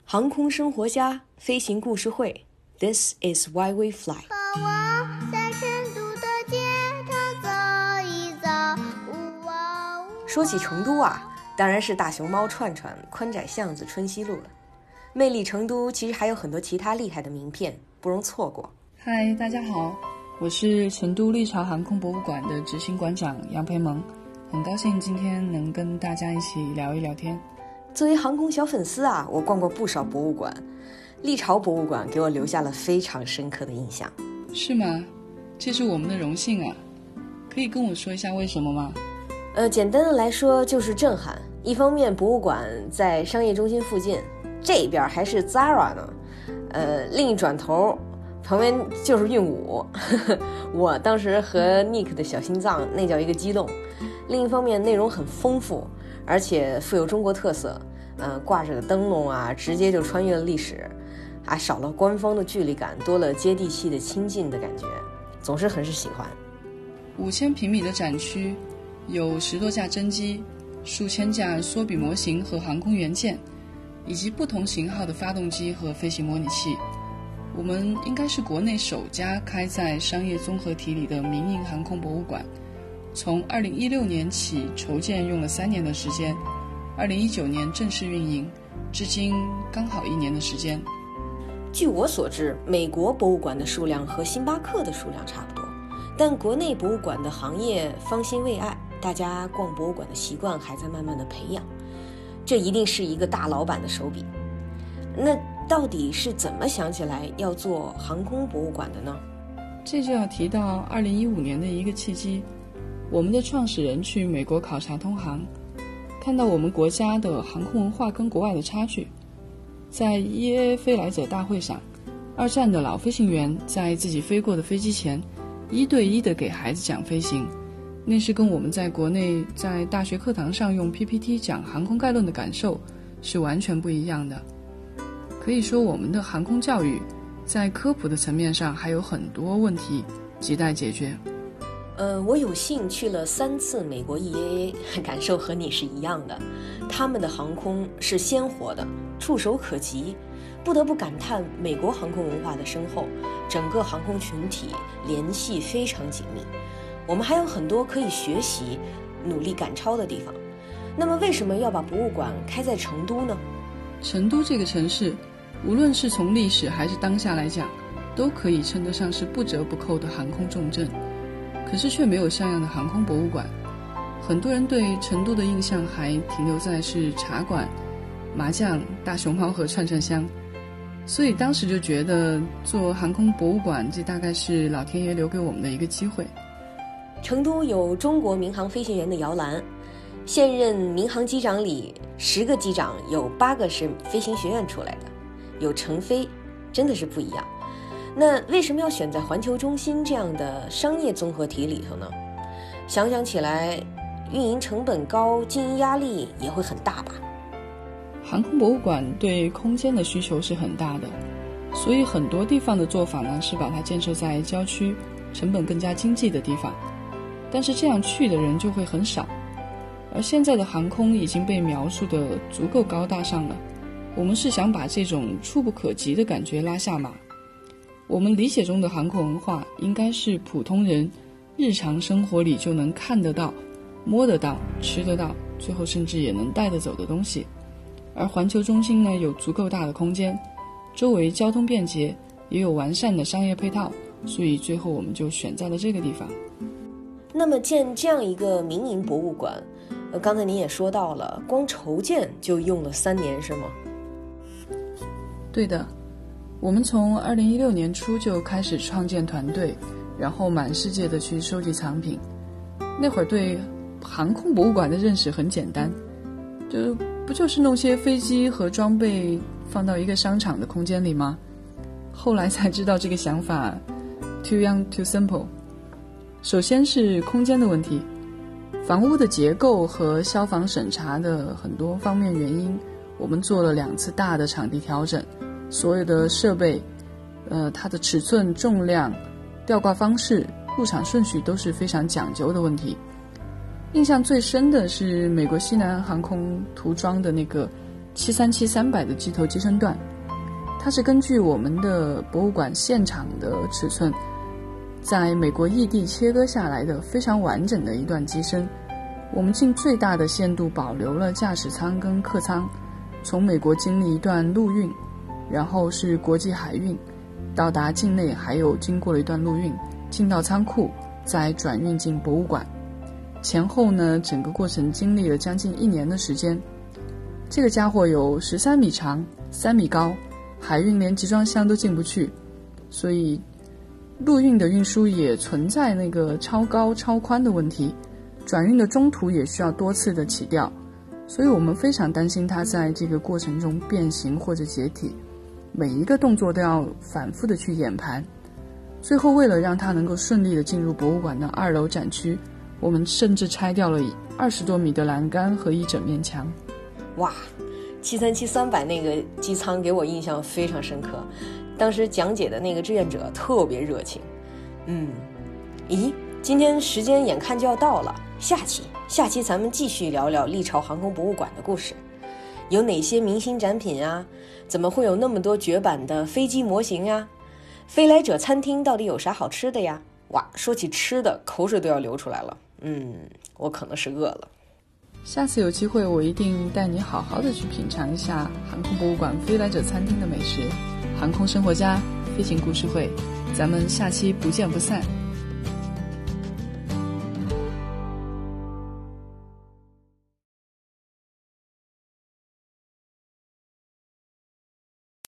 航空生活家飞行故事会 This is why we fly。 和我在成都的街头走一走。 说起成都啊，当然是大熊猫串串、宽窄巷子、春熙路了。魅力成都其实还有很多其他厉害的名片，不容错过。 嗨，大家好，我是成都历朝航空博物馆的执行馆长杨培萌，很高兴今天能跟大家一起聊一聊天。 作为航空小粉丝啊，我逛过不少博物馆，历朝博物馆给我留下了非常深刻的印象。 是吗？这是我们的荣幸啊，可以跟我说一下为什么吗？ 简单的来说就是震撼。一方面博物馆在商业中心附近，这边还是 Zara 呢，另一转头旁边就是韵武我当时和 Nick 的小心脏那叫一个激动。另一方面内容很丰富，而且富有中国特色，挂着的灯笼啊，直接就穿越了历史，还少了官方的距离感，多了接地气的亲近的感觉，总是很是喜欢。 5000平米的展区，有10多架真机，数千架缩比模型和航空元件，以及不同型号的发动机和飞行模拟器。我们应该是国内首家开在商业综合体里的民营航空博物馆。从2016年起筹建用了3年的时间，2019年正式运营，至今刚好1年的时间。 据我所知，美国博物馆的数量和星巴克的数量差不多，但国内博物馆的行业方兴未艾，大家逛博物馆的习惯还在慢慢的培养，这一定是一个大老板的手笔。那到底是怎么想起来要做航空博物馆的呢？ 这就要提到2015年的一个契机。我们的创始人去美国考察通航，看到我们国家的航空文化跟国外的差距。在 EAA 飞来者大会上，2战的老飞行员在自己飞过的飞机前1对1的给孩子讲飞行，那是跟我们在国内在大学课堂上用 PPT 讲航空概论的感受是完全不一样的。可以说我们的航空教育在科普的层面上还有很多问题亟待解决。 我有幸去了3次美国 EAA， 感受和你是一样的。他们的航空是鲜活的，触手可及，不得不感叹美国航空文化的深厚，整个航空群体联系非常紧密。我们还有很多可以学习、努力赶超的地方。那么为什么要把博物馆开在成都呢？ 成都这个城市，无论是从历史还是当下来讲，都可以称得上是不折不扣的航空重镇。可是却没有像样的航空博物馆。很多人对成都的印象还停留在是茶馆、麻将、大熊猫和串串香，所以当时就觉得做航空博物馆，这大概是老天爷留给我们的一个机会。 成都有中国民航飞行员的摇篮，现任民航机长里10个机长有8个是飞行学院出来的，有成飞，真的是不一样。那为什么要选在环球中心这样的商业综合体里头呢？想想起来，运营成本高，经营压力也会很大吧。 航空博物馆对空间的需求是很大的，所以很多地方的做法呢是把它建设在郊区，成本更加经济的地方，但是这样去的人就会很少。而现在的航空已经被描述的足够高大上了，我们是想把这种触不可及的感觉拉下马。我们理解中的航空文化应该是普通人日常生活里就能看得到、摸得到、吃得到，最后甚至也能带得走的东西。而环球中心呢，有足够大的空间，周围交通便捷，也有完善的商业配套，所以最后我们就选在了这个地方。 那么建这样一个民营博物馆，刚才您也说到了，光筹建就用了3年是吗？ 对的，我们从2016年初就开始创建团队，然后满世界的去收集藏品。那会儿对航空博物馆的认识很简单，不就是弄些飞机和装备放到一个商场的空间里吗？后来才知道这个想法 too young too simple。 首先是空间的问题，房屋的结构和消防审查的很多方面原因，我们做了2次大的场地调整，所有的设备它的尺寸、重量、吊挂方式、入场顺序都是非常讲究的问题。印象最深的是美国西南航空涂装的那个 737-300的机头机身段，它是根据我们的博物馆现场的尺寸，在美国异地切割下来的非常完整的一段机身。我们尽最大的限度保留了驾驶舱跟客舱，从美国经历一段陆运，然后是国际海运，到达境内还有经过了一段陆运，进到仓库，再转运进博物馆。前后呢，整个过程经历了将近1年的时间。这个家伙有13米长，3米高，海运连集装箱都进不去，所以陆运的运输也存在那个超高超宽的问题，转运的中途也需要多次的起吊，所以我们非常担心它在这个过程中变形或者解体，每一个动作都要反复的去演盘。最后为了让它能够顺利的进入博物馆的2楼展区，我们甚至拆掉了20多米的栏杆和一整面墙。 哇，737-300那个机舱给我印象非常深刻，当时讲解的那个志愿者特别热情。咦，今天时间眼看就要到了，下期咱们继续聊聊历朝航空博物馆的故事，有哪些明星展品啊？怎么会有那么多绝版的飞机模型啊？飞来者餐厅到底有啥好吃的呀？哇，说起吃的，口水都要流出来了。我可能是饿了。 下次有机会我一定带你好好的去品尝一下航空博物馆飞来者餐厅的美食。航空生活家，飞行故事会，咱们下期不见不散。